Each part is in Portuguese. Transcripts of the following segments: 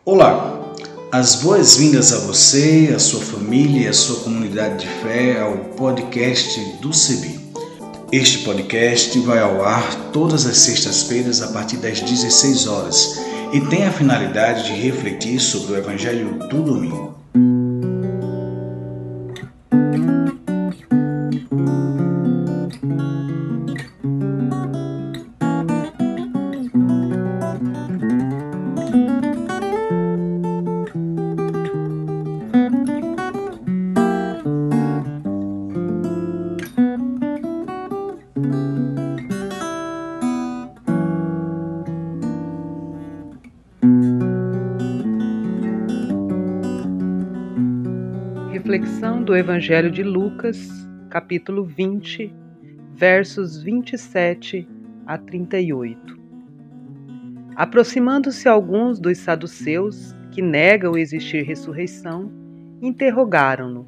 Olá, as boas-vindas a você, a sua família e a sua comunidade de fé ao podcast do CEBI. Este podcast vai ao ar todas as sextas-feiras a partir das 16 horas e tem a finalidade de refletir sobre o Evangelho do domingo. Reflexão do Evangelho de Lucas, capítulo 20, versos 27 a 38. Aproximando-se alguns dos saduceus, que negam existir ressurreição, interrogaram-no: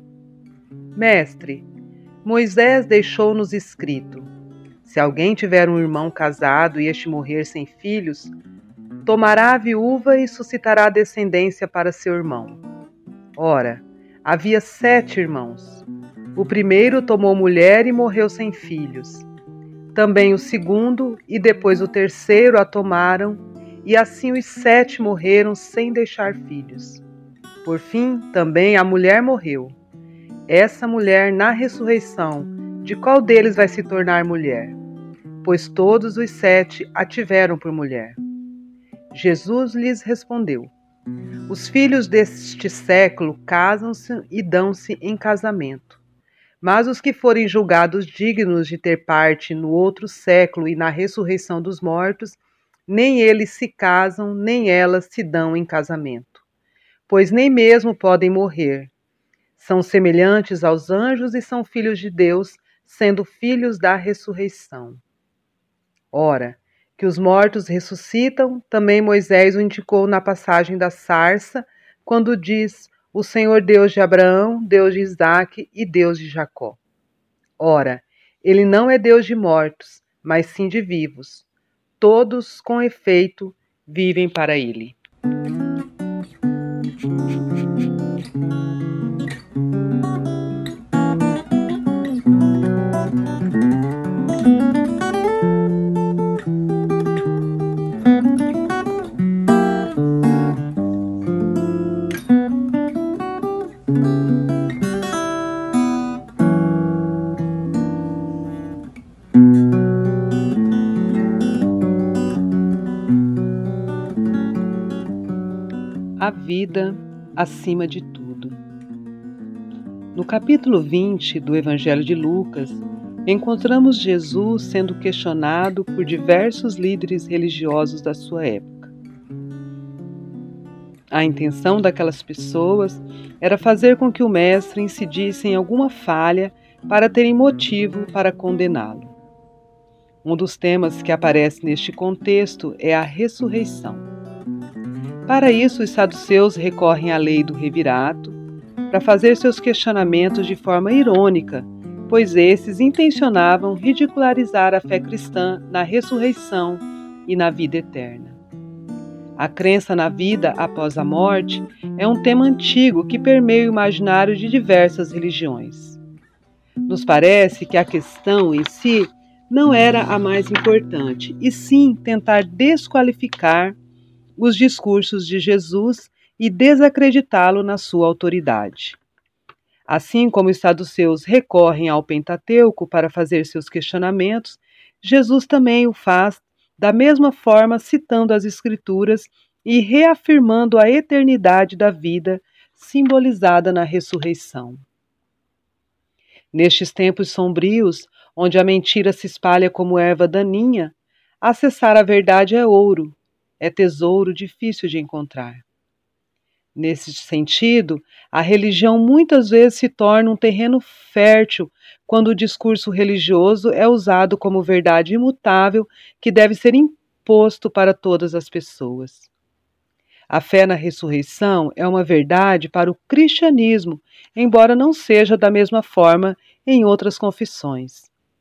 Mestre, Moisés deixou-nos escrito: se alguém tiver um irmão casado e este morrer sem filhos, tomará a viúva e suscitará descendência para seu irmão. Ora, havia 7 irmãos. O primeiro tomou mulher e morreu sem filhos. Também o segundo e depois o terceiro a tomaram, e assim os 7 morreram sem deixar filhos. Por fim, também a mulher morreu. Essa mulher, na ressurreição, de qual deles vai se tornar mulher? Pois todos os 7 a tiveram por mulher. Jesus lhes respondeu: os filhos deste século casam-se e dão-se em casamento. Mas os que forem julgados dignos de ter parte no outro século e na ressurreição dos mortos, nem eles se casam, nem elas se dão em casamento. Pois nem mesmo podem morrer. São semelhantes aos anjos e são filhos de Deus, sendo filhos da ressurreição. Ora, que os mortos ressuscitam, também Moisés o indicou na passagem da sarça, quando diz: o Senhor Deus de Abraão, Deus de Isaque e Deus de Jacó. Ora, ele não é Deus de mortos, mas sim de vivos. Todos, com efeito, vivem para ele. A vida acima de tudo. No capítulo 20 do Evangelho de Lucas, encontramos Jesus sendo questionado por diversos líderes religiosos da sua época. A intenção daquelas pessoas era fazer com que o mestre incidisse em alguma falha para terem motivo para condená-lo. Um dos temas que aparece neste contexto é a ressurreição. Para isso, os saduceus recorrem à lei do revirato para fazer seus questionamentos de forma irônica, pois esses intencionavam ridicularizar a fé cristã na ressurreição e na vida eterna. A crença na vida após a morte é um tema antigo que permeia o imaginário de diversas religiões. Nos parece que a questão em si não era a mais importante, e sim tentar desqualificar os discursos de Jesus e desacreditá-lo na sua autoridade. Assim como os saduceus recorrem ao Pentateuco para fazer seus questionamentos, Jesus também o faz da mesma forma, citando as Escrituras e reafirmando a eternidade da vida simbolizada na ressurreição. Nestes tempos sombrios, onde a mentira se espalha como erva daninha, acessar a verdade é ouro. É tesouro difícil de encontrar. Nesse sentido, a religião muitas vezes se torna um terreno fértil quando o discurso religioso é usado como verdade imutável que deve ser imposto para todas as pessoas. A fé na ressurreição é uma verdade para o cristianismo, embora não seja da mesma forma em outras confissões.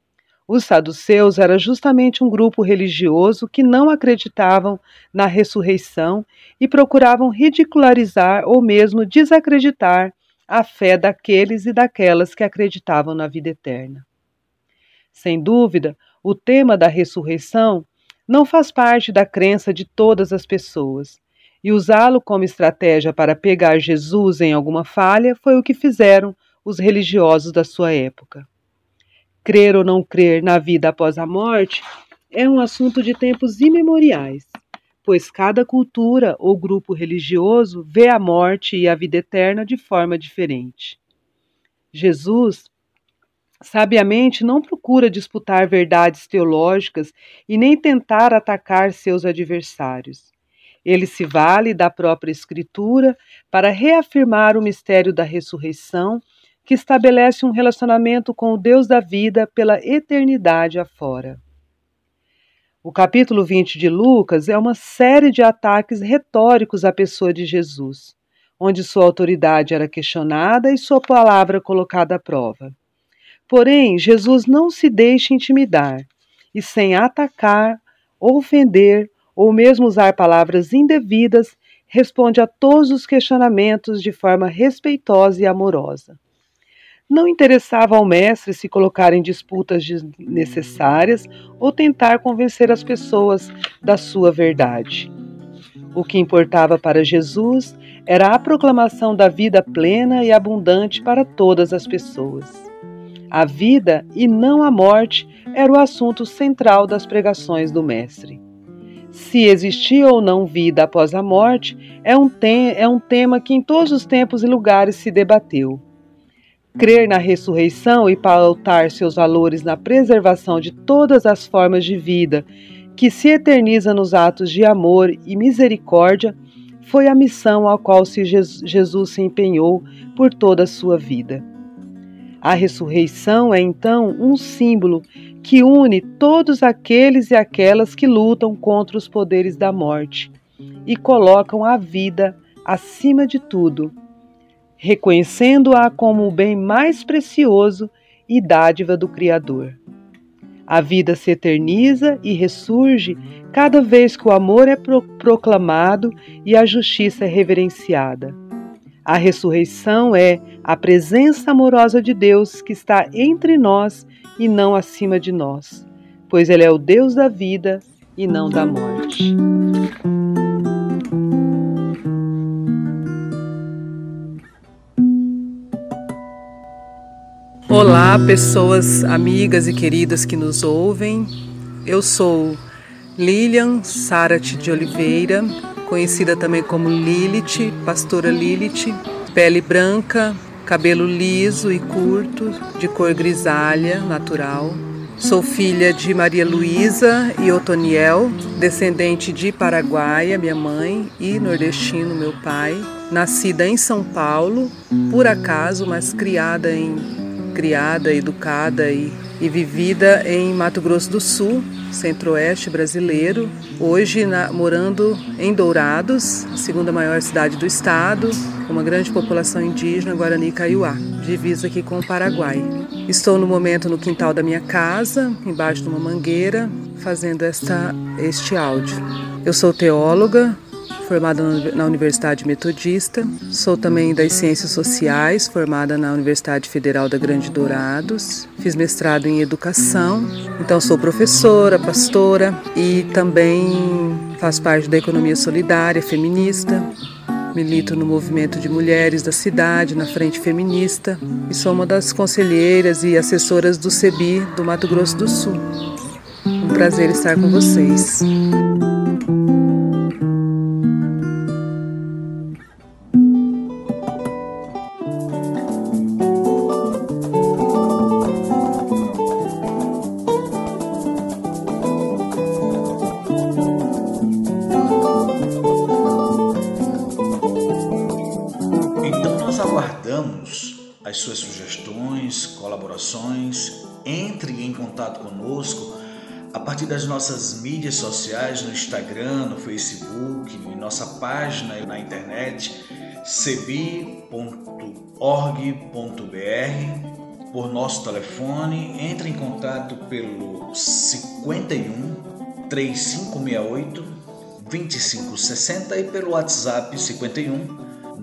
Os saduceus era justamente um grupo religioso que não acreditavam na ressurreição e procuravam ridicularizar ou mesmo desacreditar a fé daqueles e daquelas que acreditavam na vida eterna. Sem dúvida, o tema da ressurreição não faz parte da crença de todas as pessoas, e usá-lo como estratégia para pegar Jesus em alguma falha foi o que fizeram os religiosos da sua época. Crer ou não crer na vida após a morte é um assunto de tempos imemoriais, pois cada cultura ou grupo religioso vê a morte e a vida eterna de forma diferente. Jesus, sabiamente, não procura disputar verdades teológicas e nem tentar atacar seus adversários. Ele se vale da própria Escritura para reafirmar o mistério da ressurreição, que estabelece um relacionamento com o Deus da vida pela eternidade afora. O capítulo 20 de Lucas é uma série de ataques retóricos à pessoa de Jesus, onde sua autoridade era questionada e sua palavra colocada à prova. Porém, Jesus não se deixa intimidar, e sem atacar, ofender ou mesmo usar palavras indevidas, responde a todos os questionamentos de forma respeitosa e amorosa. Não interessava ao mestre se colocar em disputas desnecessárias ou tentar convencer as pessoas da sua verdade. O que importava para Jesus era a proclamação da vida plena e abundante para todas as pessoas. A vida e não a morte era o assunto central das pregações do mestre. Se existia ou não vida após a morte é um tema que em todos os tempos e lugares se debateu. Crer na ressurreição e pautar seus valores na preservação de todas as formas de vida que se eterniza nos atos de amor e misericórdia foi a missão a qual Jesus se empenhou por toda a sua vida. A ressurreição é, então, um símbolo que une todos aqueles e aquelas que lutam contra os poderes da morte e colocam a vida acima de tudo, reconhecendo-a como o bem mais precioso e dádiva do Criador. A vida se eterniza e ressurge cada vez que o amor é proclamado e a justiça é reverenciada. A ressurreição é a presença amorosa de Deus que está entre nós e não acima de nós, pois Ele é o Deus da vida e não da morte. Olá, pessoas amigas e queridas que nos ouvem. Eu sou Lilian Sarati de Oliveira, conhecida também como Lilith, pastora Lilith, pele branca, cabelo liso e curto, de cor grisalha, natural. Sou filha de Maria Luísa e Otoniel, descendente de Paraguaia, minha mãe, e nordestino, meu pai. Nascida em São Paulo, por acaso, mas criada, educada e vivida em Mato Grosso do Sul, centro-oeste brasileiro. Hoje morando em Dourados, a segunda maior cidade do estado, com uma grande população indígena, Guarani Kaiowá, divisa aqui com o Paraguai. Estou no momento no quintal da minha casa, embaixo de uma mangueira, fazendo este áudio. Eu sou teóloga, formada na Universidade Metodista, sou também das Ciências Sociais, formada na Universidade Federal da Grande Dourados, fiz mestrado em Educação, então sou professora, pastora e também faço parte da economia solidária, feminista, milito no movimento de mulheres da cidade, na Frente Feminista e sou uma das conselheiras e assessoras do CEBI do Mato Grosso do Sul. Um prazer estar com vocês. Aguardamos as suas sugestões, colaborações. Entre em contato conosco a partir das nossas mídias sociais, no Instagram, no Facebook, em nossa página na internet cebi.org.br. por nosso telefone, entre em contato pelo 51 3568 2560 e pelo WhatsApp 51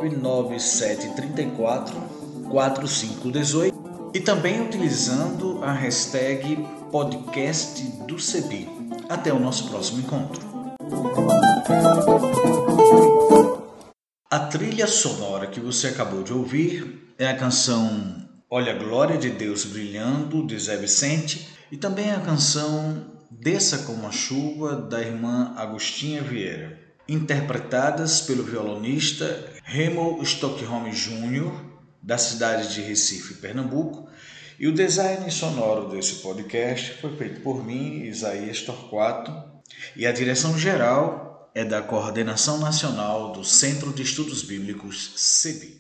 99734 4518 e também utilizando a hashtag podcast do CEBI. Até o nosso próximo encontro. A trilha sonora que você acabou de ouvir é a canção Olha a Glória de Deus Brilhando, de Zé Vicente, e também a canção Desça como a Chuva, da irmã Agostinha Vieira, interpretadas pelo violonista Remo Stockholm Jr., da cidade de Recife, Pernambuco, e o design sonoro desse podcast foi feito por mim, Isaías Torquato, e a direção geral é da Coordenação Nacional do Centro de Estudos Bíblicos, CEBI.